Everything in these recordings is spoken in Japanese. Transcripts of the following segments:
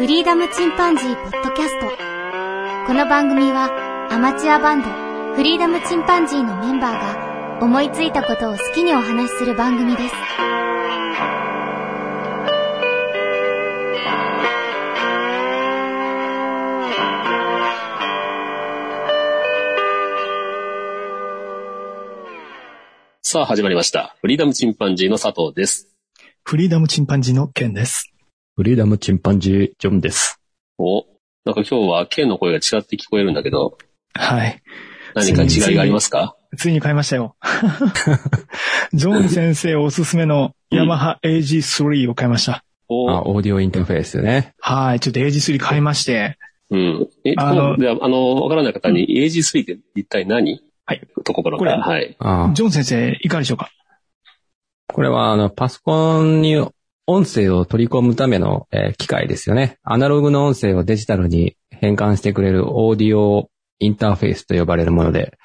フリーダムチンパンジーポッドキャスト。この番組はアマチュアバンドフリーダムチンパンジーのメンバーが思いついたことを好きにお話しする番組です。 さあ始まりました。フリーダムチンパンジーの佐藤です。 フリーダムチンパンジーのケンです。 フリーダムチンパンジージョンです。 なんか今日はケンの声が違って聞こえるんだけど。 はい。 何か違いがありますか？ ついに買いましたよ。ジョン先生おすすめのヤマハ AG3 を買いました。 オーディオインターフェースね。 はい。ちょっと AG3 買いまして。 うん。わからない方に AG3 って一体何？はい。ところから。はい。 ジョン先生いかがでしょうか？ これはパソコンに音声を取り込むための、機械ですよね。アナログの音声をデジタルに変換してくれるオーディオインターフェースと呼ばれるもので。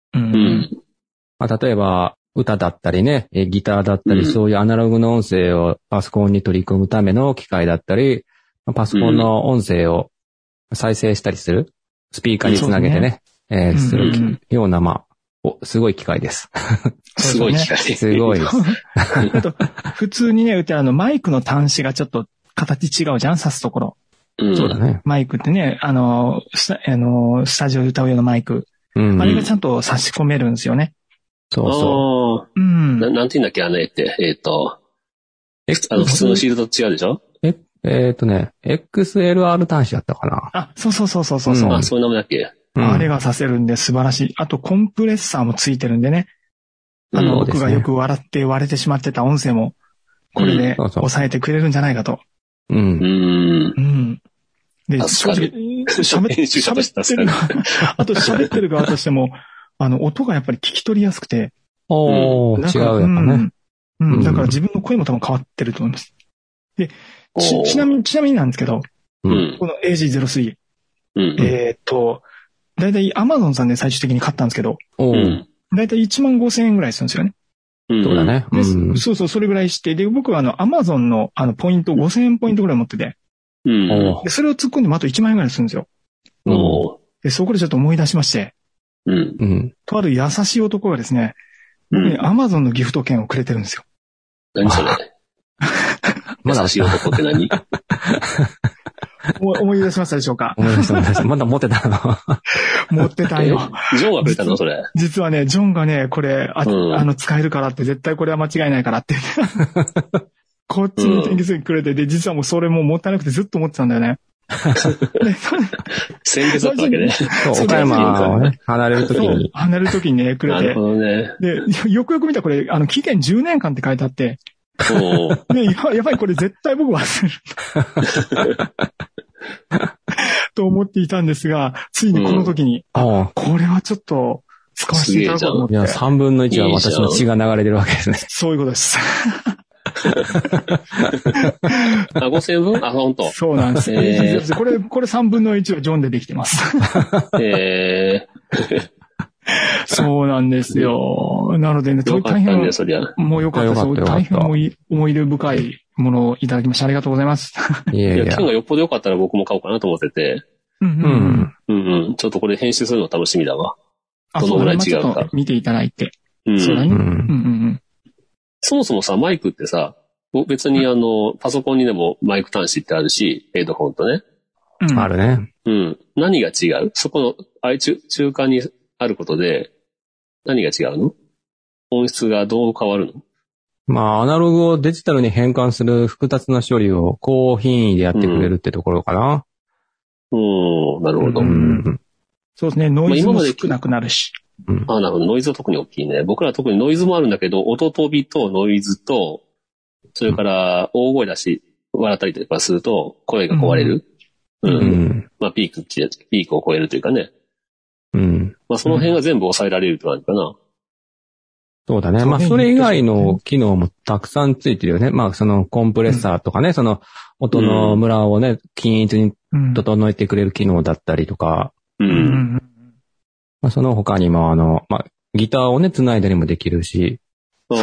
例えば歌だったりね、ギターだったり、そういうアナログの音声をパソコンに取り込むための機械だったり、パソコンの音声を再生したりする、スピーカーにつなげてね、するような、すごい機械です。 すごい機械です。 すごいです。 あと、普通にね、マイクの端子がちょっと形違うじゃん、挿すところ。 そうだね。 マイクってね、スタジオで歌うようなマイク。あれがちゃんと差し込めるんですよね。 そうそう。 なんて言うんだっけ、普通のシールドと違うでしょ XLR 端子だったかな。 そう。そういう名前だっけ？ あれがさせるんで素晴らしい。あとコンプレッサーもついてるんでね。僕がよく笑って割れてしまってた音声も、これで抑えてくれるんじゃないかと。で、正直、喋ってる側としても、音がやっぱり聞き取りやすくて。 違うやっぱね。 だから自分の声も多分変わってると思います。で、ちなみになんですけど、この AG03、だいたい Amazon さんで最終的に買ったんですけど、だいたい15,000円ぐらいするんですよね。 そうだね。 そう、それぐらいして、で、僕はAmazon のポイント、5,000円ポイントぐらい持ってて、で、それを突っ込んでもあと1万円ぐらいするんですよ。で、そこでちょっと思い出しまして、とある優しい男がですね、Amazon のギフト券をくれてるんですよ。 何それ？優しい男って何？ 思い出しましたでしょうか？ 思い出しました。まだ持ってたの？ 持ってたよ。 ジョンがくれたのそれ。 実はね、ジョンがね、これ、使えるからって、絶対これは間違いないからって。こっちに転記するくれて、で、実はもうそれももったいなくてずっと思ってたんだよね。 先月だったわけね。 岡山をね、離れるときに。 離れるときにね、くれて。 なるほどね。 で、よくよく見たらこれ、期限10年間って書いてあって、で、やばいこれ絶対僕忘れる。と思っていたんですが、ついにこの時に、これはちょっと使わせていただこうと思って。 いや、3分の1は私の血が流れてるわけですね。 そういうことです。 5,000円分？本当。 そうなんです。これ3分の1はジョンでできてます。そうなんですよ。なのでね、大変、もうよかったです。大変思い出深いものをいただきました。ありがとうございます。 いや、券がよっぽどよかったら僕も買おうかなと思ってて。ちょっとこれ編集するの楽しみだわ。どのぐらい違うか。 見ていただいて。そうだね。 そもそもさ、マイクってさ、別にパソコンにでもマイク端子ってあるし、ヘッドホンとね。 あるね。 何が違う？そこの、中間にあることで、何が違うの？音質がどう変わるの？ アナログをデジタルに変換する複雑な処理を高品位でやってくれるってところかな。 なるほど。 そうですね、ノイズも少なくなるし。 なるほど。ノイズは特に大きいね。僕らは特にノイズもあるんだけど、音飛びとノイズと、それから大声出し、笑ったりとかすると声が壊れる。ピークを超えるというかね。その辺が全部抑えられるとなるかな。 そうだね。それ以外の機能もたくさんついてるよね。そのコンプレッサーとかね、その音のムラをね、均一に整えてくれる機能だったりとか。その他にもギターをね、繋いだりもできるし。 そう。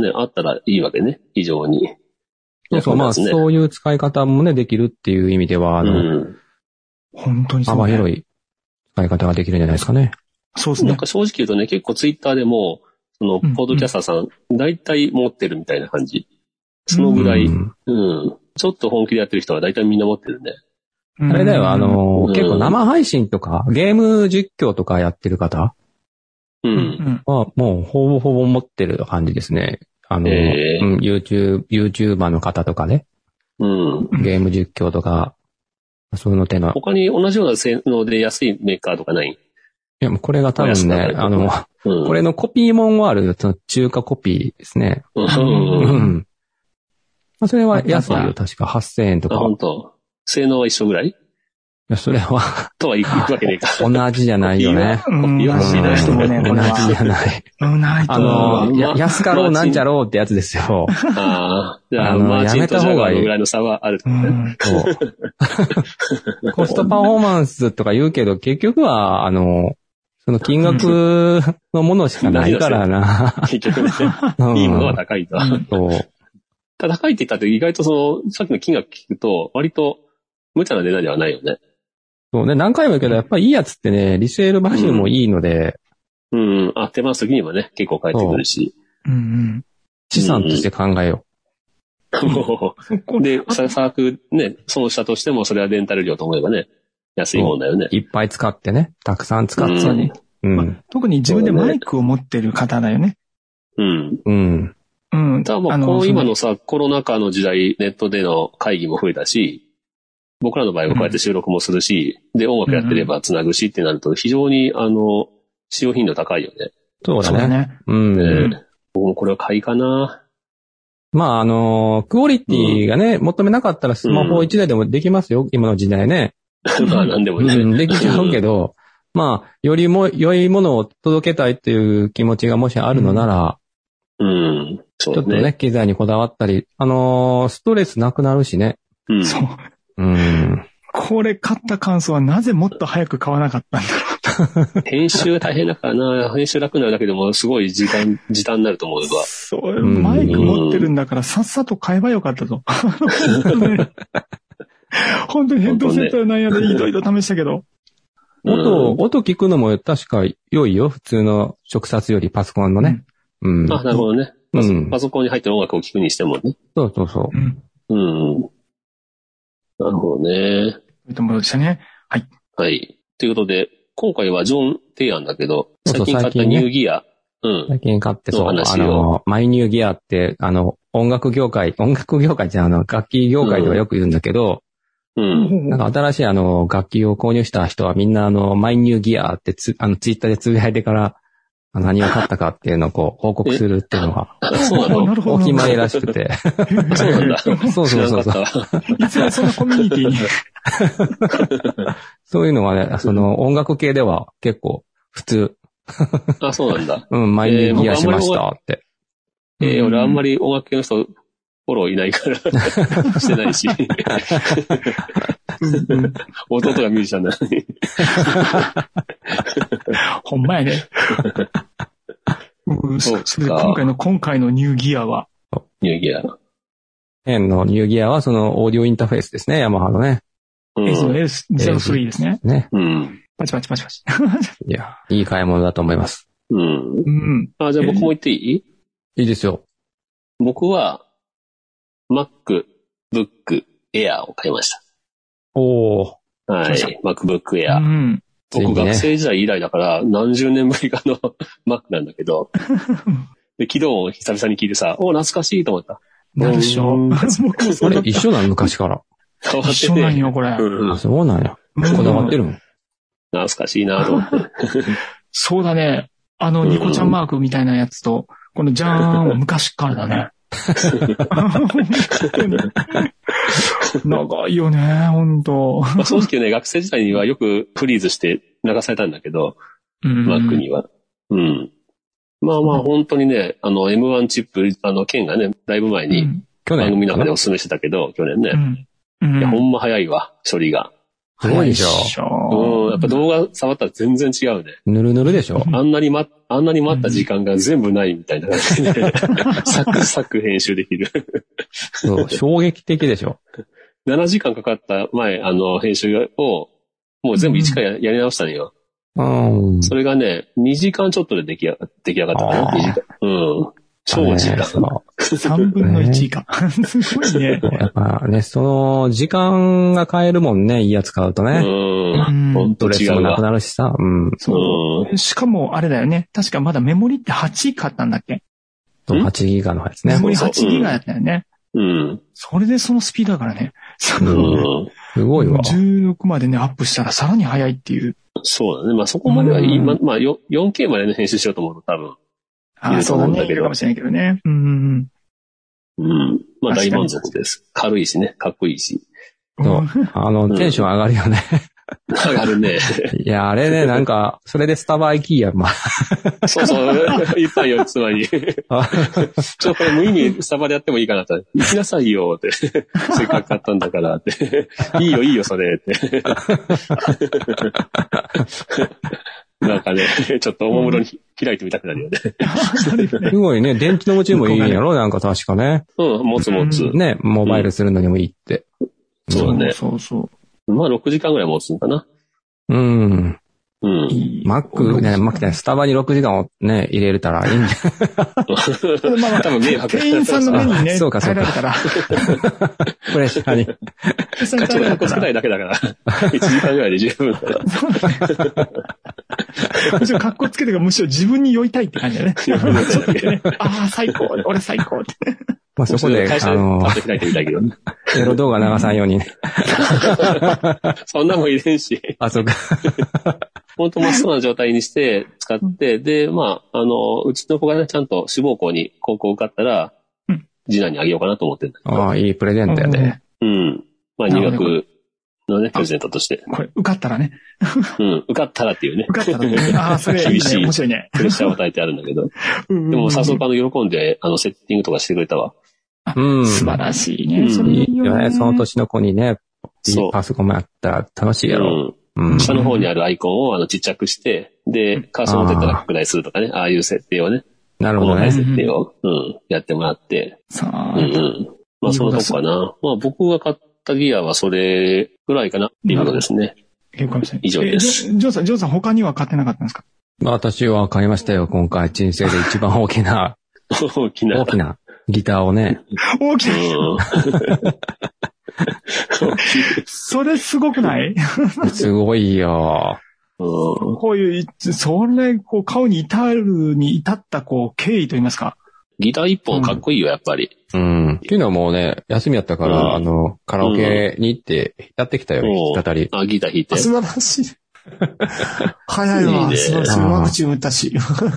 バンドマンとしてはね、あったらいいわけね、非常に。 そうそう、まあ、そういう使い方もね、できるっていう意味では、 本当にそう、ね。 幅広い使い方ができるんじゃないですかね。 そうですね。 なんか正直言うとね、結構ツイッターでも、ポッドキャスターさん、大体持ってるみたいな感じ。そのぐらい、ちょっと本気でやってる人は大体みんな持ってるね。 あれだよ、結構生配信とか、ゲーム実況とかやってる方は、もうほぼほぼ持ってる感じですね。YouTuber の方とかね。ゲーム実況とか、そういうの手の。 他に同じような性能で安いメーカーとかない？ いや、もうこれが多分ね、これのコピーモンはある、中華コピーですね。それは安いよ、確か8000円とか。 本当。性能は一緒ぐらい？いや、それは。 とはいくわけねえか。 同じじゃないよね。 同じじゃない。 安かろうなんちゃろうってやつですよ。 じゃあ、やめた方がいい。ぐらいの差はある。 コストパフォーマンスとか言うけど、結局は、その金額のものしかないからな。 結局ね、いいものは高いと。高いって言ったって意外とさっきの金額聞くと、割と無茶な値段ではないよね。 そうね、何回も言うけど、やっぱりいいやつってね、リセールバリューもいいので。 手放す時にもね、結構返ってくるし。 資産として考えよう。で、差額ね、損したとしても、それはレンタル料と思えばね、安いもんだよね。 いっぱい使ってね、たくさん使ってね。 特に自分でマイクを持ってる方だよね。 ただ今のさ、コロナ禍の時代、ネットでの会議も増えたし、僕らの場合はこうやって収録もするし、で、音楽やってれば繋ぐしってなると、非常に、使用頻度高いよね。 そうだね。 僕もこれは買いかな。 まあ、クオリティがね、求めなかったらスマホ1台でもできますよ、今の時代ね。 まあ、なんでもね。 できちゃうけど、まあ、よりも良いものを届けたいっていう気持ちがもしあるのなら、ちょっとね、機材にこだわったり、ストレスなくなるしね。 そう。これ買った感想はなぜもっと早く買わなかったんだろう。編集大変だからな。編集楽になるだけでもすごい時短になると思うわ。 そう、マイク持ってるんだからさっさと買えばよかったぞ。本当にヘッドセットやなんやでいろいろ試したけど。 音聞くのも確か良いよ。普通の直撮よりパソコンのね。 なるほどね。パソコンに入ってる音楽を聞くにしてもね。 そうそうそう。 なるほどね。 そういったものでしたね。はい。 はい。ということで、今回はジョン提案だけど、最近買ったニューギア。 最近買ってそう。マイニューギアって、音楽業界じゃ楽器業界ではよく言うんだけど、なんか新しい楽器を購入した人はみんなマイニューギアってツイッターでつぶやいてから何を買ったかっていうのをこう報告するっていうのがお決まりらしくて。 そうなんだ。 そう。 いつもそのコミュニティに。 そういうのはね、音楽系では結構普通。 そうなんだ。 マイニューギアしましたって。 俺あんまり音楽系の人、フォローいないから、してないし。弟がミュージシャンなのに。 ほんまやね。今回のニューギアは。 ニューギア。 のニューギアはそのオーディオインターフェースですね、ヤマハのね。 S03 ですね。パチパチ。 いや、いい買い物だと思います。 じゃあ僕も言っていい？ いいですよ。 僕は、MacBook Air を買いました。はい。MacBook Air。僕学生時代以来だから何十年ぶりかの Mac なんだけど、で、起動音久々に聞いてさ、懐かしいと思った。 なるでしょ。 それ一緒なの昔から。 一緒なんよ、これ。 そうなんや。こだわってるもん。 懐かしいなと思って。 そうだね。ニコちゃんマークみたいなやつと、このジャーンは昔からだね。長いよね、本当。 正直ね、学生時代にはよくフリーズして流されたんだけど、Mac には。まあ本当にね、M1 チップ、ケンがね、だいぶ前に、番組の中でお勧めしてたけど、去年ね。いや、ほんま早いわ、処理が。 すごいでしょ。やっぱ動画触ったら全然違うね。 ぬるぬるでしょ。 あんなに待った時間が全部ないみたいな感じで、サクサク編集できる。 そう、衝撃的でしょ。 7時間かかった編集を、もう全部一からやり直したのよ。それがね、2時間ちょっとで出来上がったかな、2時間。超時間。 3分の1以下。すごいね。 やっぱね、その、時間が変えるもんね、いいやつ買うとね。 本当違うわ。 もなくなるしさ。 そう。しかも、あれだよね。確かまだメモリって8買ったんだっけ ？8ギガのやつね。 メモリ8ギガやったよね。それでそのスピードだからね。 すごいわ。 16までね、アップしたらさらに早いっていう。 そうだね。まあそこまでは今、4K までね、編集しようと思うと多分。 そうだね。いるかもしれないけどね。 まあ大満足です。軽いしね、かっこいいし。 そう。テンション上がるよね。 上がるね。 いや、あれね、なんか、それでスタバ行きや、まあ。 そう、言ったよ、妻に。これ無意味にスタバでやってもいいかなって。行きなさいよ、って。せっかく買ったんだから、って。いいよ、それ、って。なんかね、ちょっとおもむろに開いてみたくなるよね。 すごいね、電池の持ちもいいんやろなんか確かね。 持つ。 ね、モバイルするのにもいいって。 そうだね。 そう。 まあ6時間ぐらい持つのかな。 マックね、スタバに6時間をね、入れれたらいいんじゃまあ、多分迷惑。店員さんの目にね、 そうか。 入られたら。 プレッシャーに。 ちょっとかっこつけないだけだから。1時間ぐらいで十分だから。 むしろかっこつけてがむしろ自分に酔いたいって感じだね。ああ、最高。俺最高って。 まあそこで、 会社で買って開いてみたいけどね。 エロ動画流さんようにね。 そんなもん入れんし。 そうか。 本当真っ白な状態にして使って、で、まあ、うちの子がね、ちゃんと志望校に高校受かったら、次男にあげようかなと思ってるんだけど。 いいプレゼントやね。 まあ入学のね、プレゼントとして。 これ、受かったらね。 受かったらっていうね。 受かったらね。それ厳しい。 面白いね。 プレッシャーを与えてあるんだけど。でも、早速喜んで、セッティングとかしてくれたわ。 素晴らしいね。それいいよね。 その年の子にね、いいパソコンもあったら楽しいやろ。 下の方にあるアイコンをちっちゃくして、で、カーソルを出たら拡大するとかね、ああいう設定をね。 なるほどね。 設定を、やってもらって。まあ、そのとこかな。まあ、僕が買ったギアはそれぐらいかなっていうことですね。以上です。 ジョーさん他には買ってなかったんですか？ 私は買いましたよ、今回。人生で一番大きなギターをね。 大きな。それすごくない？ すごいよ。 こういう、顔に至った、経緯と言いますか。 ギター一本かっこいいよ、やっぱり。 っていうのはもうね、休みやったから、カラオケに行ってやってきたよ、弾き語り。 ギター弾いて。 素晴らしい。早いわ。素晴らしい。ワクチン打ったし。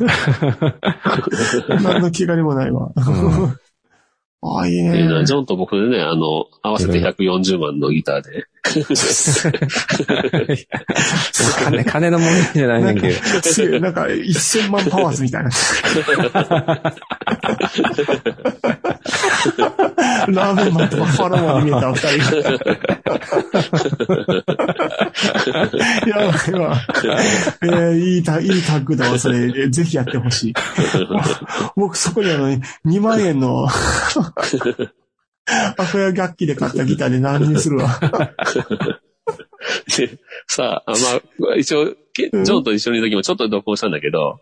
何の気兼ねもないわ。いいね。 ジョンと僕でね、合わせて140万のギターで。 金の問題じゃないねんけど。 なんか、1000万パワーズみたいな。ラーメンマンとかファラマンに見えた二人が。やばいわ。いいタッグだわ、それ。ぜひやってほしい。僕そこに2万円のアフヤ楽器で買ったギターで何にするわ。 さあ、まあ、一応、ジョンと一緒にいる時もちょっと同行したんだけど、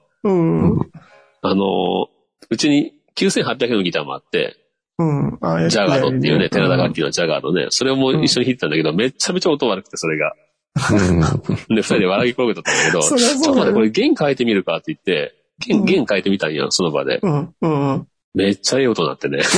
うちに9800円のギターもあって、ジャガードっていうね、寺田楽器のジャガードね、それをもう一緒に弾いてたんだけど、めちゃめちゃ音悪くて、それが。で、二人で笑い転げとったんだけど、ちょっと待って、これ弦変えてみるかって言って、弦変えてみたんや、その場で。めっちゃいい音になってね。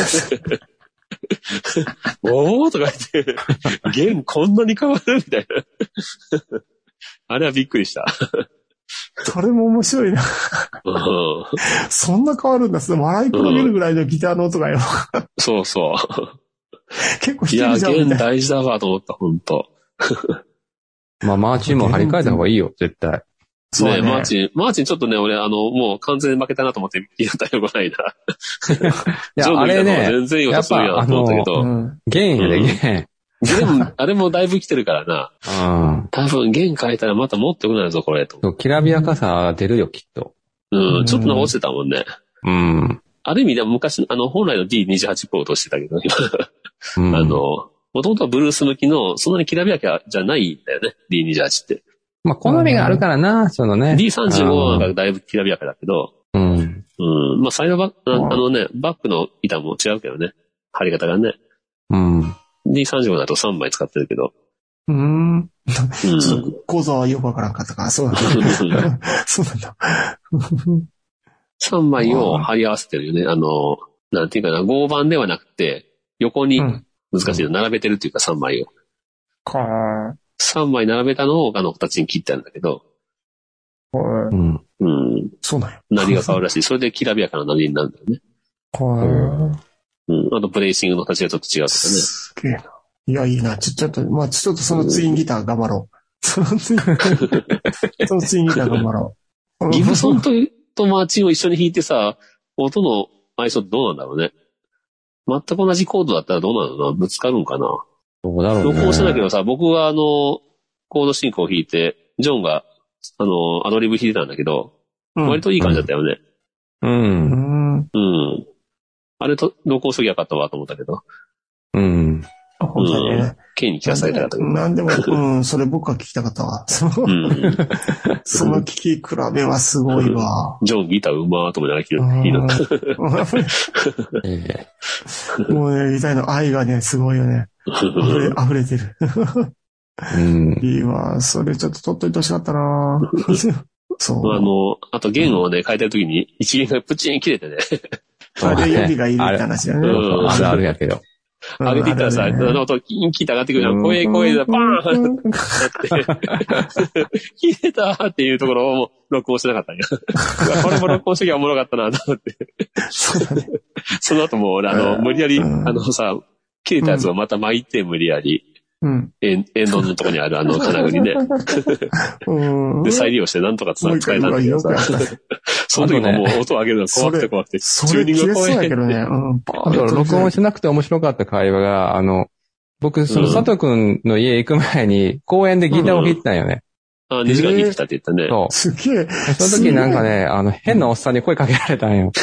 おーとか言って、弦こんなに変わるみたいな。あれはびっくりした。 それも面白いな。そんな変わるんだ。笑い転げるぐらいのギターの音がよ。 そうそう。 結構弾けるじゃん。 いや、弦大事だわと思った、ほんと。 まあ、マーチンも張り替えた方がいいよ、絶対。 そうね。マーチンちょっとね、俺、もう完全に負けたなと思って聞いたよ、こないだ。 いや、あれね、 全然いい音するやんと思ったけど。 弦やで、弦。 でも、あれもだいぶ来てるからな。多分、弦変えたらまたもっと良くなるぞ、これ。と。 きらびやかさ出るよ、きっと。 うん、ちょっと直してたもんね。 うん。 ある意味でも昔、本来の D28 プロとしてたけど、今。もともとはブルース向きの、そんなにきらびやかじゃないんだよね、D28 って。 まあ、好みがあるからな、そのね。 D35 がだいぶきらびやかだけど、 うん。 うん。まあ、サイドバック、バックの板も違うけどね。貼り方がね。 うん。 D35 だと3枚使ってるけど。 構造はよくわからんかったから、そうなんだ。そうなんだ。 3枚を貼り合わせてるよね。なんていうかな、合板ではなくて、横に難しいの並べてるっていうか3枚を。3枚並べたのを形に切ってあるんだけど。 うん。そうなんや。 なりが変わるらしい。それできらびやかななりになるんだよね。あとブレーシングの形がちょっと違うとかね。 すげえな。いや、いいな。ちょっとそのツインギター頑張ろう。そのツインギター頑張ろう。ギブソンとマーチンを一緒に弾いてさ、音の相性ってどうなんだろうね。全く同じコードだったらどうなのかな？ぶつかるんかな？ どうだろうね。 録音してないけどさ、僕はコード進行を弾いて、ジョンが、アドリブ弾いてたんだけど、割といい感じだったよね。あれと、録音しときゃよかったわと思ったけど。 本当にね。 K に聞かされたかったけど。 なんでも、それ僕は聞きたかったわ。その聞き比べはすごいわ。 ジョンギターうまーと思いながら弾いた。もうね、ギターの愛がね、すごいよね。溢れてる。いいわ。それちょっと取っといてほしかったなそう。あと弦をね、変えてるときに一弦がプチン切れてね。 あれ指がいるって話だね。 あるやけど。 上げていったらさ、音キンキンと上がってくるじゃん。声でバーンって、切れたっていうところをもう録音してなかったんや。これも録音しときゃおもろかったなと思って。その後も無理やり、切れたやつをまた巻いて無理やり。エンドのとこにある金具にね。で、再利用してなんとか使えたんだけどさ。その時ももう音を上げるの怖くて怖くて。チューニングが怖い。 録音しなくて面白かった会話が、僕、その佐藤くんの家行く前に公園でギターを弾いてたんよね。 2時間弾いてたって言ったね。 そう。 すげえ。 その時なんかね、変なおっさんに声かけられたんよ。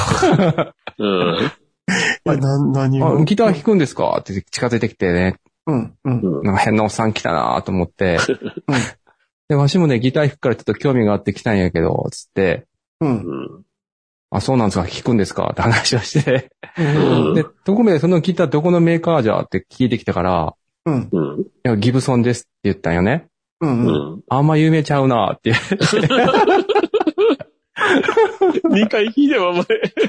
何をギター弾くんですかって近づいてきてね。なんか変なおっさん来たなと思って。で、わしもね、ギター弾くからちょっと興味があって来たんやけど、つって。あ、そうなんですか、弾くんですかって話をして。で、ところでそのギターどこのメーカーじゃって聞いてきたから、いや、ギブソンですって言ったんよね。あんま有名ちゃうなって言って。 2回弾いてもお前。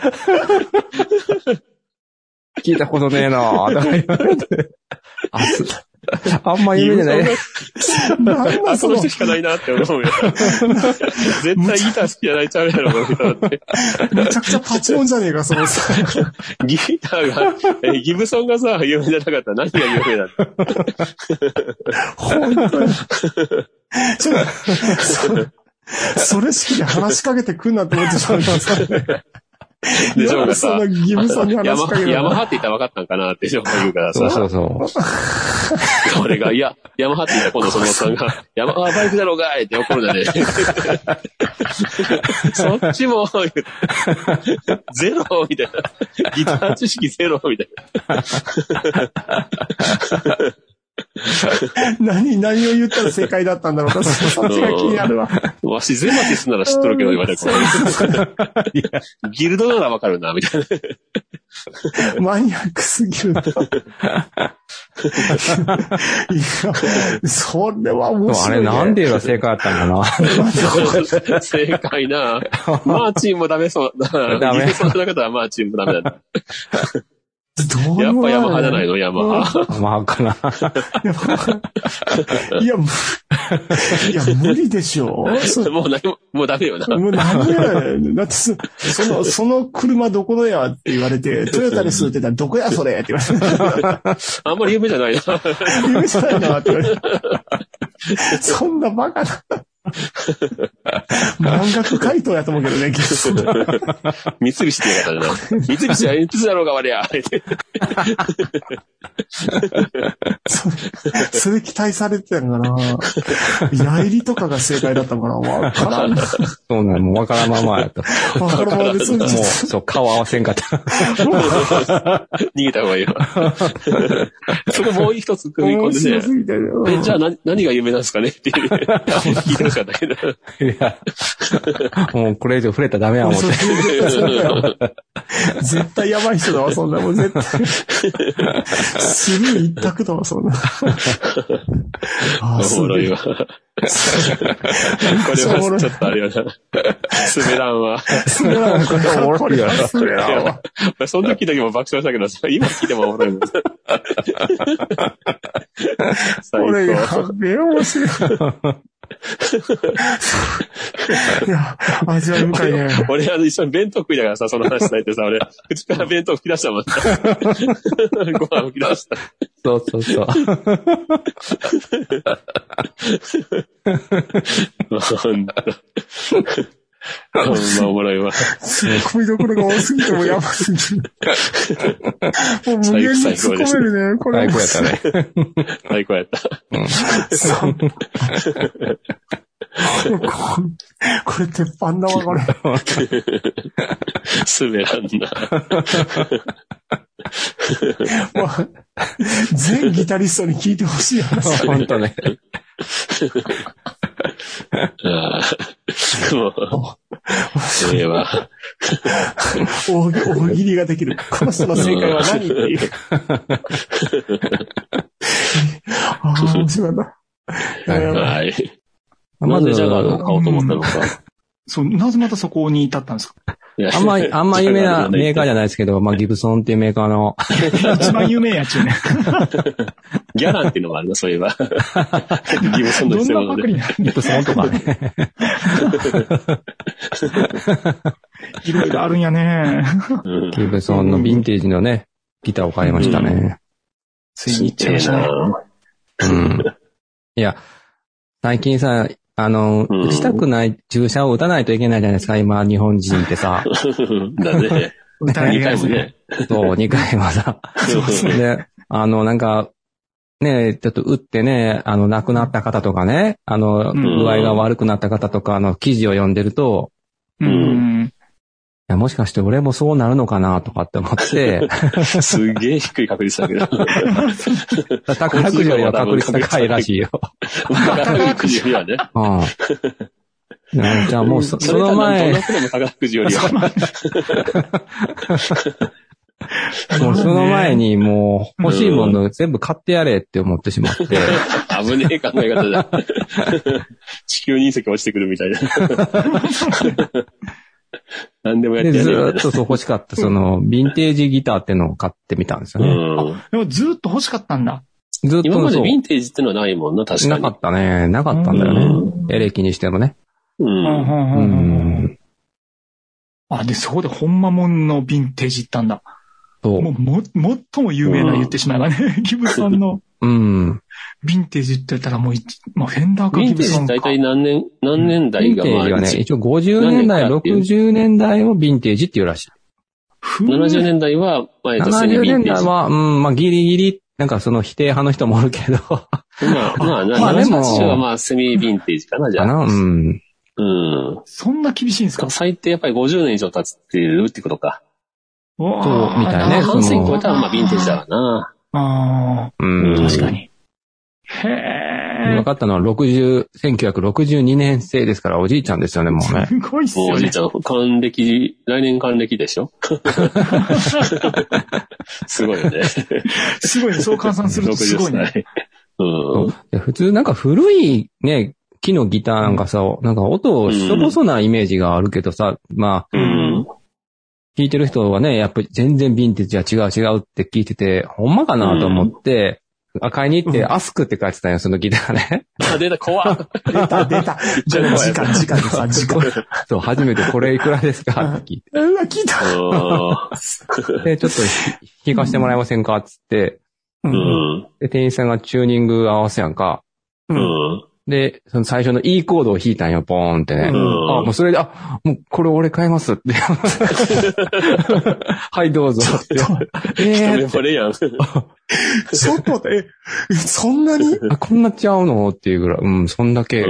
聞いたことねえなぁ、とか言われて。あんま有名じゃない。 その人しかないなって思うよ。絶対ギター好きじゃないちゃうやろ、この人だって。 めちゃくちゃパチモンじゃねえか、そのさ。 ギターが、ギブソンがさ、有名じゃなかったら何が有名だ本当に。それ式で話しかけてくんなって思ってしまったさ。 で、ジョーがさ、 そのギブソンに話しかける。 ヤマハって言ったら分かったんかなってジョーが言うからさ。 そう。 俺が、いや、ヤマハって言ったら今度そのおっさんが、ヤマハバイクだろうがいって怒るんだね。そっちも、ゼロみたいな。ギター知識ゼロみたいな。 何を言ったら正解だったんだろうか、そっちが気になるわ。 わしゼマティスなら知っとるけど言われる。ギルドならわかるな、みたいな。マニアックすぎるな。いや、それは面白い、ね。 あれなんで言えば正解だったんかな。正解な。マーチンもダメそう。ダメ。そんな方はマーチンもダメだ。やっぱヤマハじゃないのヤマハ。 ヤマハかな。 いや、無理でしょ。 もうダメよな。 もうダメや。だってその車どこのやって言われて、トヨタですって言ったらどこやそれって言われて。 あんまり有名じゃないな。 有名じゃないなって言われて。そんなバカな。 満額回答やと思うけどね、 三菱って言う方じゃない。三菱はいつだろうが我や。 それ期待されてたんかな。矢入りとかが正解だったのかな。わからん。 そうなの、もうわからんままやった。 わからんままで、 もう、そう、顔合わせんかった。 逃げた方がいいわ。そこもう一つ組み込んでね。じゃあ何が有名なんですかねって聞いてほしかったけど。 いや、もうこれ以上触れたらダメや思って。 絶対やばい人だわ、そんなもん絶対。スルー一択だわ、そんな。 おもろいわ。これはちょっとあれよな。滑らんわ。 滑らん、これおもろいよな。滑らんわ。 その時だけも爆笑したけどさ、今聞いてもおもろいもん。 これやべえ面白い。いや、味わい深いね。 俺一緒に弁当食いながらさ、その話されてさ、俺、口から弁当吹き出したもん。ご飯吹き出した。 そうそうそう。 ほんまおもろいわ。 ツッコミどころが多すぎてもやばすぎる。もう無限に突っ込めるね、これ。 最高やったね。 最高やった。 これ鉄板だわ、これ。 滑らんな。 全ギタリストに聞いてほしい話。 ほんとね。 もう、ええわ。 大喜利ができる。この人の正解は何っていう。ああ、面白かった。 はい。なんでジャガーの買おうと思ったのか。 そう、なぜまたそこに至ったんですか？ あんま有名なメーカーじゃないですけど、まあ、ギブソンっていうメーカーの。 一番有名やっちゅうね。 ギャランっていうのもあるな、そういえば。ギブソンの必要なので。 ギブソンとかね。いろいろあるんやね。 ギブソンのヴィンテージのね、ギターを買いましたね。 ついに行っちゃいましたね。 うん。いや、最近さ、打ちたくない注射を打たないといけないじゃないですか、今、日本人ってさ。 だね。 打たない 2回もね。 そう、2回もさ。で、なんか、ね、ちょっと打ってね、亡くなった方とかね、具合が悪くなった方とかの記事を読んでると、いやもしかして俺もそうなるのかなとかって思って。 すげえ低い確率だけど。 宝くじよりは確率高いらしいよ。 宝くじよりはね。 うん。じゃあもうその前。 どのくらいも宝くじよりは。 もうその前にもう欲しいもの全部買ってやれって思ってしまって。 危ねえ考え方だ。地球隕石落ちてくるみたいな。何でもやってやる。 ずっとそう欲しかった、ヴィンテージギターってのを買ってみたんですよね。 でもずっと欲しかったんだ。 ずっと今までヴィンテージってのはないもんな、確かに。 なかったね。なかったんだよね。エレキにしてもね。 あ、で、そこでほんまもんのヴィンテージ行ったんだ。 そう。 最も有名な言ってしまえばね、ギブソンの。ヴィンテージって言ったらもう、まあ、フェンダーかギブソンか。 ヴィンテージ大体何年代がヴィンテージはね、一応50年代、60年代をヴィンテージっていうらしい。 70年代は、 70年代は、まあ、ギリギリ、なんかその否定派の人もおるけど。 まあ、70年はまあ、セミヴィンテージかな、じゃあ。 そんな厳しいんですか？ 最低やっぱり50年以上経つっていうってことか。 そう、みたいね。 半世紀超えたらまあ、ヴィンテージだわな。 確かに。へえ。 分かったのは1962年生ですからおじいちゃんですよね、もうね。 すごいっすよね。 おじいちゃん、来年還暦でしょすごいよね。 すごいね、そう換算するとすごいね。 普通なんか古いね、木のギターなんかさ、なんか音しょぼそうなイメージがあるけどさ、まあ、弾いてる人はね、やっぱり全然ヴィンテージは違うって聞いてて、ほんまかなと思って、買いに行って、アスクって書いてたよ、そのギターね。 出た、怖っ。 出た。じゃあ、時間でさ、時間。 そう、初めてこれいくらですかって聞いて。 うわ、聞いた。で、ちょっと弾かしてもらえませんかつって。で、店員さんがチューニング合わせやんか。 で、その最初の E コードを弾いたんよ、ポーンってね。もうそれで、もうこれ俺買いますって。はい、どうぞって。 これやん。 ちょっと待って、そんなにこんなちゃうのっていうぐらい、そんだけ。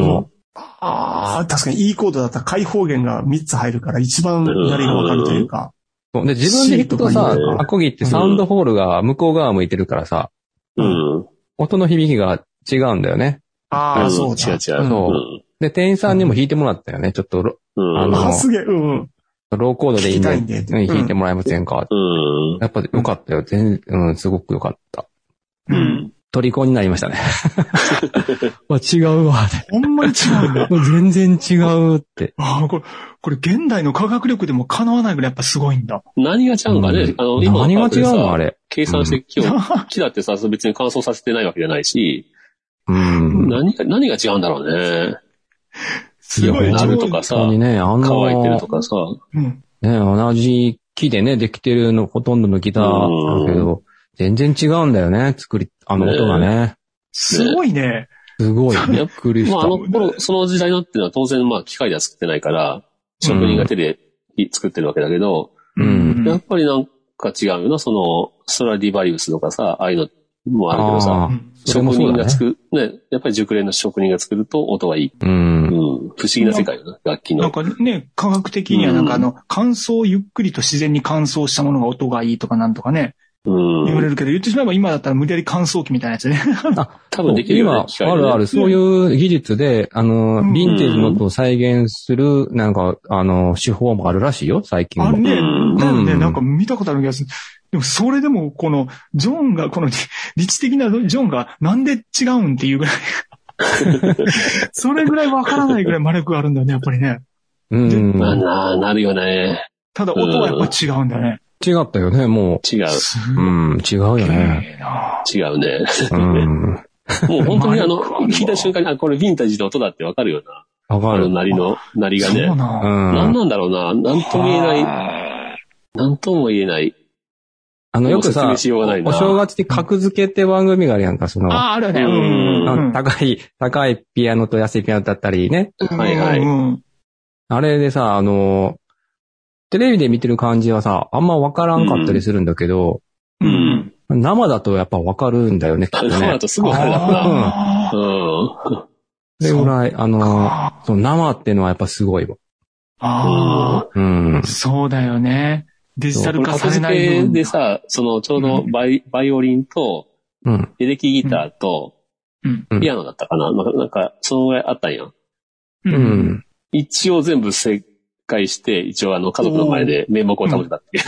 確かに E コードだったら開放弦が3つ入るから一番やりがわかるというか。 で、自分で弾くとさ、アコギってサウンドホールが向こう側向いてるからさ、音の響きが違うんだよね。 そう違う。 で、店員さんにも弾いてもらったよね。ちょっと、 すげえ、 ローコードでいいんで、弾いてもらえませんか。やっぱよかったよ。すごくよかった。虜になりましたね。違うわ。 ほんまに違うんだ。 全然違うって。 これ現代の科学力でも叶わないぐらいやっぱすごいんだ。 何が違うんかね。 何が違うのあれ。 計算して木だってさ、別に乾燥させてないわけじゃないし。何が違うんだろうね。 すごいなるとかさ、乾いてるとかさ。 同じ木でね、できてるの、ほとんどのギターだけど、全然違うんだよね、音がね。 すごいね。 すごい。びっくりした。 その時代のっていうのは当然機械では作ってないから、職人が手で作ってるわけだけど、やっぱりなんか違うよな、ストラディバリウスとかさ、ああいうのもあるけどさ、職人がやっぱり熟練の職人が作ると音がいい。不思議な世界よな、楽器の。 なんかね、科学的には乾燥ゆっくりと自然に乾燥したものが音がいいとかなんとかね。言われるけど、言ってしまえば今だったら無理やり乾燥機みたいなやつね。 多分できるよね。 今、ある。そういう技術で、ヴィンテージの音を再現する、手法もあるらしいよ、最近は。 ね、なんか見たことある気がする。でも、それでも、ジョンが、理知的なジョンが、なんで違うんっていうぐらい。それぐらいわからないぐらい魔力があるんだよね、やっぱりね。 なるよね。 ただ、音はやっぱ違うんだよね。 違ったよね、もう。 違う。 違うよね。 違うね。もう本当に弾いた瞬間に、これヴィンタージの音だってわかるよな。 わかる。 鳴りがね。何なんだろうな。なんとも言えない。なんとも言えない。 よくさ、お正月に格付けって番組があるやんか、 あるね。 高いピアノと安いピアノだったりね。 はいはい。 あれでさ、テレビで見てる感じはさ、あんまわからんかったりするんだけど、生だとやっぱわかるんだよね、きっとね。 生だとすぐわかるだろうな。 それぐらい、生っていうのはやっぱすごいわ。 そうだよね。デジタル化されない分。でさ、ちょうどバイオリンと、エレキギターと、ピアノだったかな。なんか、そのぐらいあったんや。一応全部正解して、一応家族の前で面目を保てたっていう。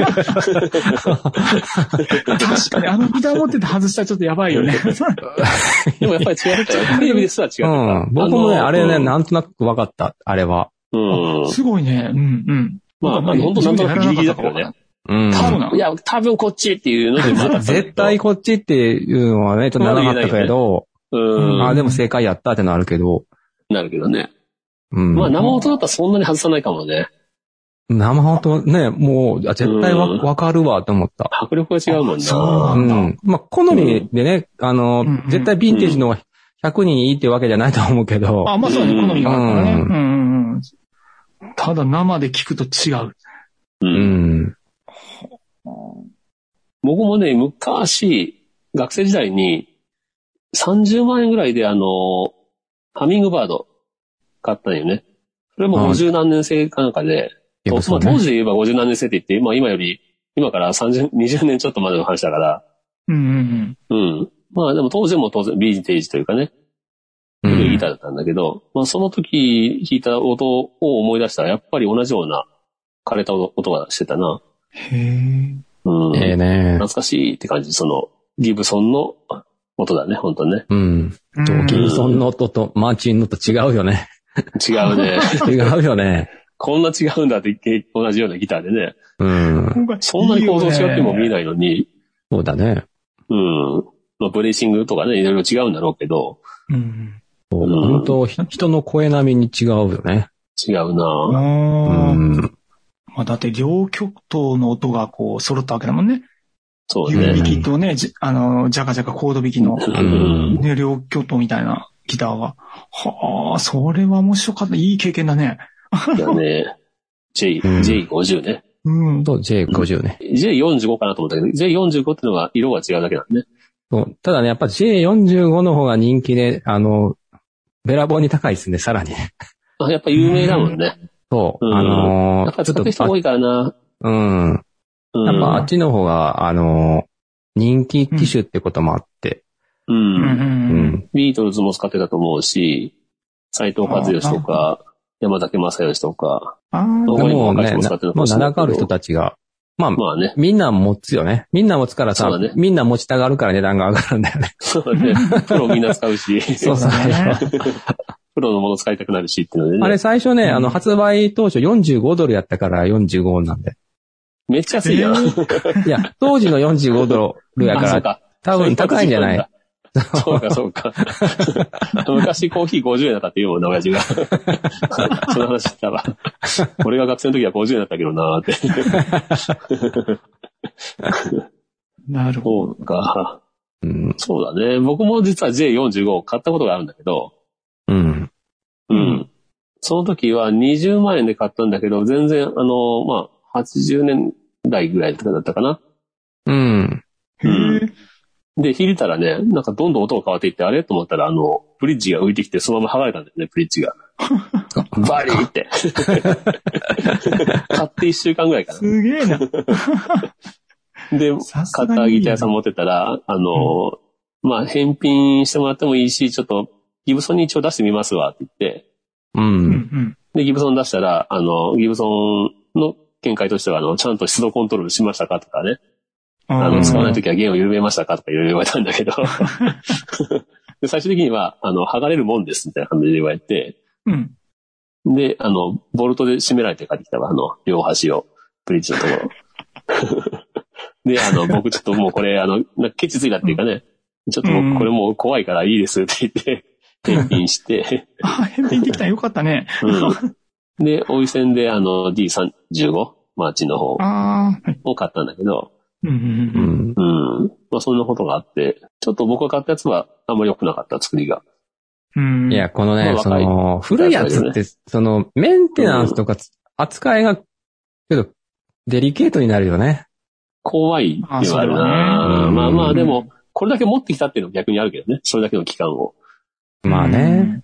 確かに、ギター持ってて外したらちょっとやばいよね。 でもやっぱり違ったよ。テレビですら違った。 僕もね、あれね、なんとなく分かった、あれは。 すごいね。 本当なんとなくギリギリだったよね。多分こっちっていうのでまた。 絶対こっちっていうのはね、ちょっとならなかったけど、でも正解やったってなるけど。 なるけどね。生音だったらそんなに外さないかもね。 生音ね、もう、絶対わかるわと思った。 迫力が違うもんな。 好みでね、絶対ヴィンテージの100人いいってわけじゃないと思うけど。 そうね、好みがあるからね。ただ生で聞くと違う。 僕もね、昔、学生時代に30万円ぐらいでハミングバード買ったんよね。それも50何年生かなんかで、当時で言えば50何年生って言って、今から20年ちょっとまでの話だから。でも当然ヴィンテージというかね、古いギターだったんだけど、その時弾いた音を思い出したら、やっぱり同じような枯れた音がしてたな。懐かしいって感じ、ギブソンの音だね、本当ね。 ギブソンの音とマーチンの音違うよね。 違うね。 違うよね。 こんな違うんだって言って、同じようなギターでね。そんなに構造違っても見えないのに。 そうだね。 ブレーシングとかね、いろいろ違うんだろうけど。 本当、人の声並みに違うよね。 違うなだって両極東の音が揃ったわけだもんね。 そうね。 指弾きとね、ジャカジャカコード弾きの、両極東みたいなギターが。はあ、それは面白かった。いい経験だね。 だね。J50 ね。 うん。と J50 ね。 J45 かなと思ったけど、J45 ってのは色が違うだけなんね。 そう。ただね、やっぱ J45 の方が人気で、べらぼうに高いですね、さらに。 やっぱ有名だもんね。 そう。 やっぱ使ってる人多いからな。 うん。やっぱあっちの方が、人気機種ってこともあって。 ビートルズも使ってたと思うし、斉藤和義とか、山崎正義とか、 もうね、もう名だかる人たちが、まあね。みんな持つよね。みんな持つからさ、ね、みんな持ちたがるから値段が上がるんだよね。 そうだね。プロみんな使うし。 そうだね。 プロのもの使いたくなるしっていうのでね。 あれ最初ね、発売当初$45やったから45なんで。 めっちゃ安いやん。 いや、当時の$45やから、多分高いんじゃない？ そうか、そうか。昔コーヒー50円だったって言うもんな、親父が。その話したら。俺が学生の時は50円だったけどなーって。 なるほど。 そうか。そうだね。僕も実は J45 を買ったことがあるんだけど。その時は20万円で買ったんだけど、全然、80年代ぐらいだったかな。で、弾いたらね、なんかどんどん音が変わっていって、あれと思ったら、ブリッジが浮いてきて、そのまま剥がれたんだよね、ブリッジが。バリーって。買って1週間ぐらいかな。 すげえな。 で、買ったギター屋さん持ってたら、返品してもらってもいいし、ちょっと、ギブソンに一応出してみますわ、って言って。で、ギブソン出したら、ギブソンの見解としては、ちゃんと湿度コントロールしましたかとかね。使わないときは弦を緩めましたかとかいろいろ言われたんだけど。で、最終的には、剥がれるもんです、みたいな感じで言われて。で、ボルトで締められて帰ってきたわ、両端を、ブリッジのところ。で、僕ちょっともうこれ、ケチついたっていうかね、ちょっともうこれもう怖いからいいですって言って、返品して。 返品できたらよかったね。 で、おい線でD35、マーチの方を買ったんだけど、そんなことがあって、ちょっと僕が買ったやつはあんまり良くなかった、作りが。 いや、このね、古いやつって、メンテナンスとか扱いが、ちょっとデリケートになるよね。 怖いってはあるな。まあでも、これだけ持ってきたっていうのも逆にあるけどね。それだけの期間を。 まあね。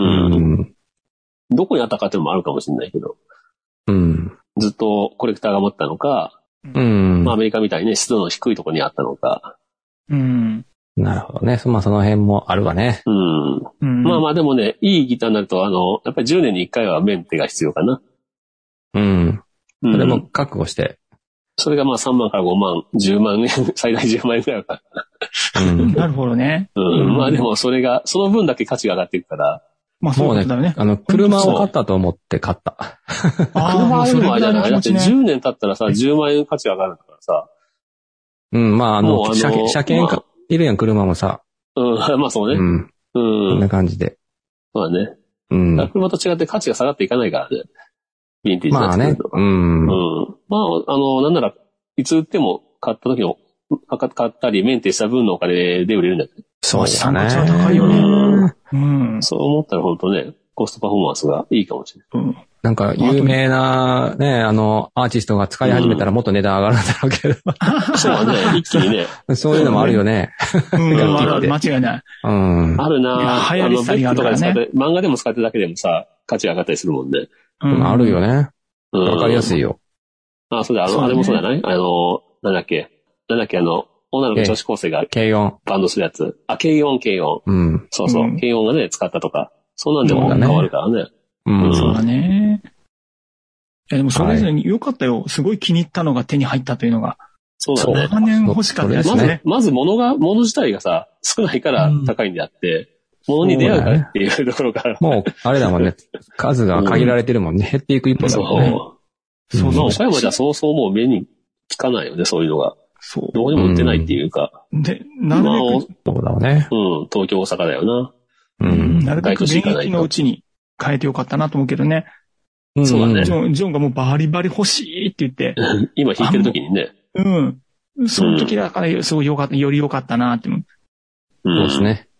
どこにあったかっていうのもあるかもしれないけど。ずっとコレクターが持ったのか、アメリカみたいにね、湿度の低いところにあったのか。 なるほどね。その辺もあるわね。 まあでもね、いいギターになると、やっぱり10年に1回はメンテが必要かな。 それも覚悟して。 それがまあ3万から5万、10万円、最大10万円くらいかなるほどね。 まあでもその分だけ価値が上がっていくから。 まあそうだね。 車を買ったと思って買った。 車でもあれじゃない？だって10年経ったらさ、10万円価値が上がるからさ。 まあ車検いるやん、車もさ。 まあそうね。 こんな感じで。 まあね。車と違って価値が下がっていかないからね。ヴィンテージまあね。 まあ、なんなら、いつ売っても買った時の、買ったりメンテした分のお金で売れるんだけど。 そうだね。 高いよね。 そう思ったら本当ね、コストパフォーマンスがいいかもしれない。 なんか、有名なね、アーティストが使い始めたらもっと値段上がるんだろうけど。 そうだね、一気にね。 そういうのもあるよね。 間違いない。 あるなぁ。 流行りしたりがあるからね。 漫画でも使ってるだけでもさ、価値が上がったりするもんね。 あるよね。わかりやすいよ。 そうだ、あれもそうじゃないなんだっけ、女の子女子高生が軽音バンドするやつ。軽音。そうそう。軽音がね、使ったとか。そんなんでも変わるからね。 そうだね。いやでもそれぞれに良かったよ。すごい気に入ったのが手に入ったというのが。 そうだね。 長年欲しかったですね。 まず物自体がさ、少ないから高いんであって、物に出会うからっていうところから。 もう、あれだもんね。数が限られてるもんね。減っていく一方だもんね。 そう。岡山じゃそうそうもう目につかないよね、そういうのが。そう。どこにも売ってないっていうか。 で、なるべく。 そうだね。 東京、大阪だよな。 なるべく現役のうちに変えてよかったなと思うけどね。 そうだね。 ジョンがもうバリバリ欲しいって言って。 今弾いてる時にね。 その時だからすごいより良かったなって。 そうですね。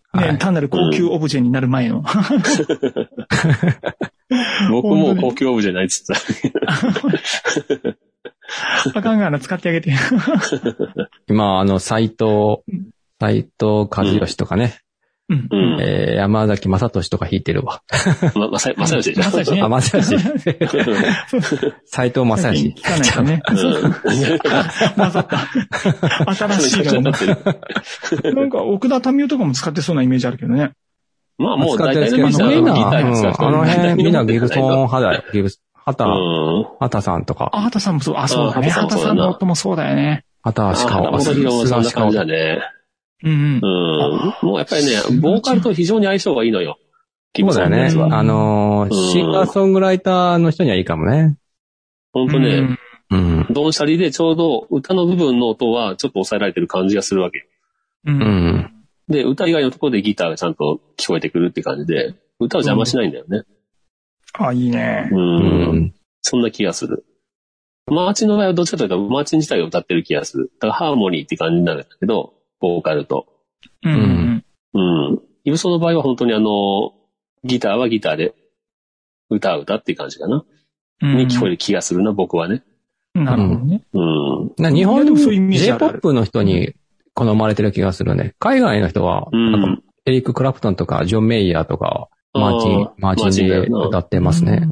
ね、単なる高級オブジェになる前の。 僕もう高級オブジェないっつった。 あかんがな、使ってあげて。 今、斎藤和義とかね。山崎正俊とか弾いてるわ。 正義でしょ。 正義ね。 正義。斎藤正義。 聞かないとね。混ざった。新しいのも。なんか、奥田民生とかも使ってそうなイメージあるけどね。 まあもう大体みんな、あの辺、みんなギブソン派だよ。畑さんとか。 畑さんもそう、そうだね。畑さんの音もそうだよね。 畑しかも。そんな感じだね。もうやっぱりね、ボーカルと非常に相性がいいのよ。 そうだよね。シンガーソングライターの人にはいいかもね。 ほんとね、ドンシャリでちょうど歌の部分の音はちょっと抑えられてる感じがするわけ。で、歌以外のところでギターがちゃんと聞こえてくるって感じで、歌を邪魔しないんだよね。 いいね。 そんな気がする。マーチンの場合はどっちかというと、マーチン自体が歌ってる気がする。だからハーモニーって感じになるんだけど、ボーカルと。イブソンの場合は本当にギターはギターで歌っていう感じかな。に聞こえる気がするな、僕はね。 なるほどね。 日本 J-POP の人に好まれてる気がするね。海外の人は、なんかエリック・クラプトンとか、ジョン・メイヤーとか、マーチンで歌ってますね。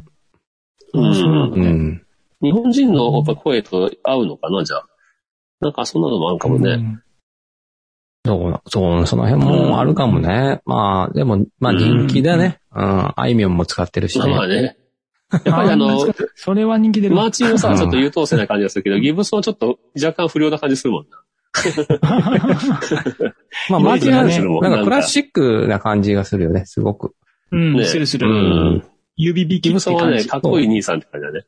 日本人のやっぱ声と合うのかな、じゃあ。なんかそんなのもあるかもね。 そう、その辺もあるかもね。まあ、でも、人気だね。あいみょんも使ってるしね。 まあね。やっぱりそれは人気出る。 マーチンはさ、ちょっと優等生な感じがするけど、ギブソンはちょっと若干不良な感じするもんな。 まあ、マーチンはね、なんかクラシックな感じがするよね、すごく。 する。指弾き。 ギブソンはね、かっこいい兄さんって感じだね。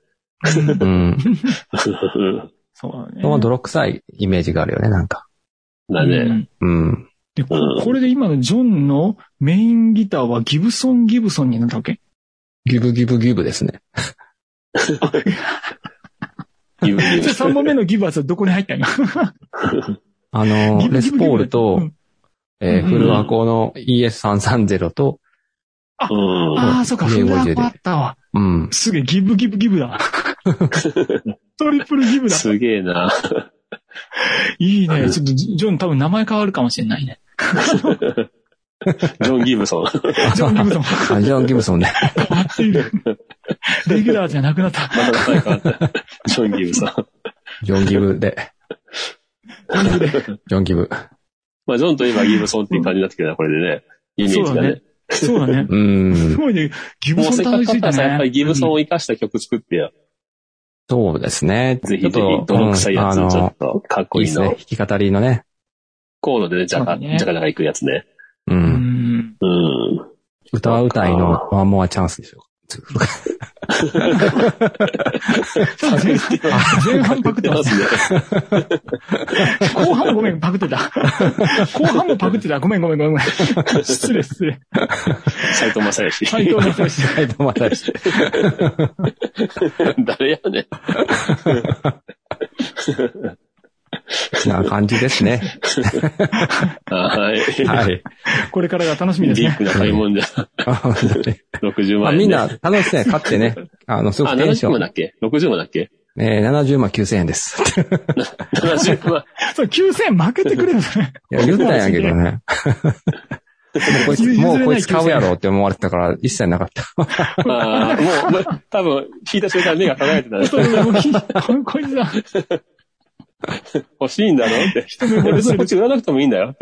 そうだね。 泥臭いイメージがあるよね、なんか。 だね。 で、これで今のジョンのメインギターはギブソンになったわけ？ ギブですね。 ギブ。3本目のギブはどこに入ったんや？ レスポールと、フルアコの ES330 と、 そうか、フルアコあったわ。すげえ、ギブだ。トリプルギブだ。 すげえな。 いいね。ちょっと、ジョン多分名前変わるかもしれないね。 ジョン・ギブソン。 ジョン・ギブソンね。 変わっている。レギュラーじゃなくなった。 ジョン・ギブソン。 ジョン・ギブで。ジョン・ギブ。 まあ、ジョンといえばギブソンっていう感じになってきたな、これでね。イメージがね。 そうだね。すごいね。ギブソンたどり着いたね。 やっぱりギブソンを生かした曲作ってや。 そうですね。 ぜひ、泥臭いやつ、ちょっと、かっこいいの。 弾き語りのね。 コードでね、じゃかいくやつね。 歌は歌いのワンモアチャンスでしょ。 前半パクってますね。後半ごめん、パクってた。後半もパクってた。ごめん。失礼。斎藤正義。誰やねん。 な感じですね。 はい。 これからが楽しみですね。 ビッグな買い物じゃ。60万円。 みんな楽しいね。買ってね。すごくテンション。 70万だっけ ?60 万だっけ 70万9000円です。 70万。 そう、9000円負けてくれるね。 いや、言ったんやけどね。もうこいつ買うやろって思われてたから一切なかった。 もう、多分、聞いた瞬間目が輝いてたね。 こいつだ。 欲しいんだろって。別にこっち売らなくてもいいんだよって。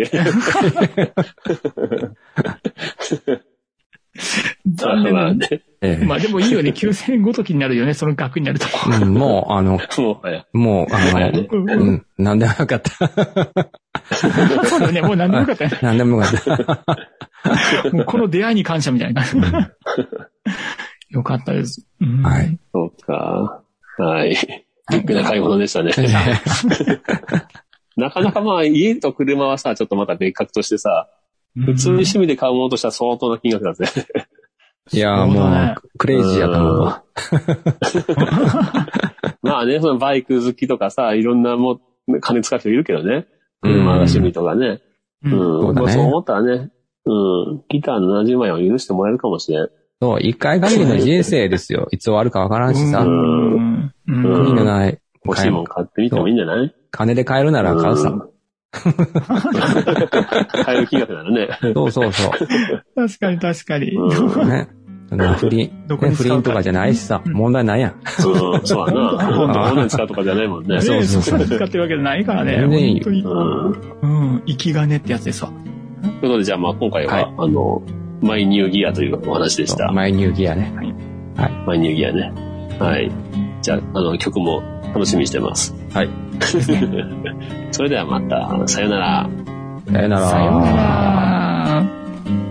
残念なんで。まあでもいいよね。9000円ごときになるよね。その額になると。 もう、なんでもよかった。 そうだね。もうなんでもよかったね。 なんでもよかった。 もうこの出会いに感謝みたいな。よかったです。 はい。 そうか。はい。ビッグな買い物でしたね。なかなかまあ家と車はさ、ちょっとまた別格としてさ、普通に趣味で買うものとしては相当な金額だぜ。 いやーもう、クレイジーやと思うわ。 まあね、そのバイク好きとかさ、いろんなもう金使う人いるけどね。車が趣味とかね。そう思ったらね、 ギター70万円は許してもらえるかもしれん。 そう、一回限りの人生ですよ。いつ終わるかわからんしさ。意味がない。 欲しいもん買ってみてもいいんじゃない？ 金で買えるなら買うさ。 買える金額ならね。 そうそうそう。 確かに確かに。 ね。不倫とかじゃないしさ、問題ないやん。 そうだな。物に使うとかじゃないもんね。 そうそうそう。使ってるわけじゃないからね。 全然いいよ。 生き金ってやつですわ。 ということで、じゃあ今回は、マイニューギアというお話でした。 マイニューギアね。 はい。マイニューギアね。はい。じゃあ、曲も楽しみにしてます。 はい。 それではまた、さよなら。 さよなら。 さよなら。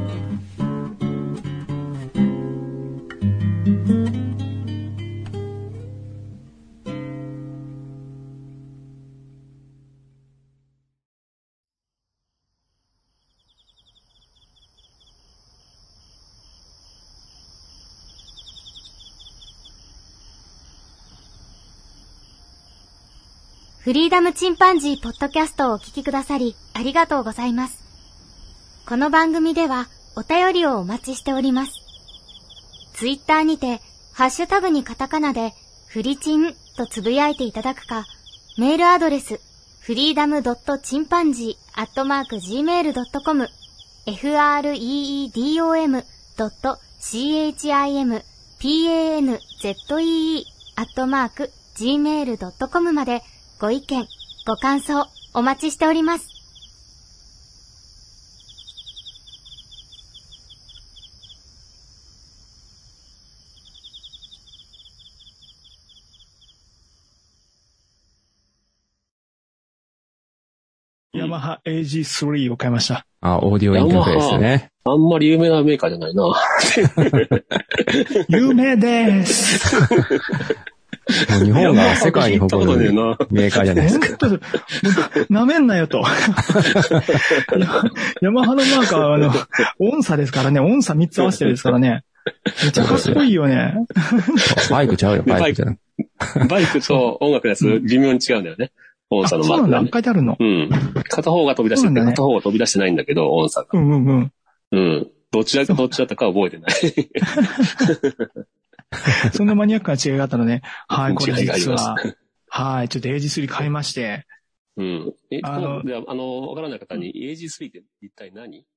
フリーダムチンパンジーポッドキャストをお聞きくださりありがとうございます。この番組ではお便りをお待ちしております。ツイッターにてハッシュタグにカタカナでフリチンとつぶやいていただくか、メールアドレスfreedom.chimpanzee@gmail.com freedom.chimpanzee@gmail.com までご意見、ご感想、お待ちしております。 ヤマハ AG3 を買いました。 オーディオインターフェースね。 あんまり有名なメーカーじゃないな。 有名です。 もう日本が世界に誇るメーカーじゃないですか。 なめんなよと。ヤマハのマーカーは音差ですからね。音差3つ合わせてるですからね。めっちゃかっこいいよね。 バイクちゃうよ、バイクじゃなく。 バイクと音楽のやつ微妙に違うんだよね。音差のマークが、ね。 そうなんだ、書いてあるの。 片方が飛び出してて、片方が飛び出してないんだけど、音差が。どっちだったか覚えてない。 そんなマニアックな違いがあったのね。はい、これ実は。はい、ちょっと AG3 買いまして。 わからない方に AG3 って一体何？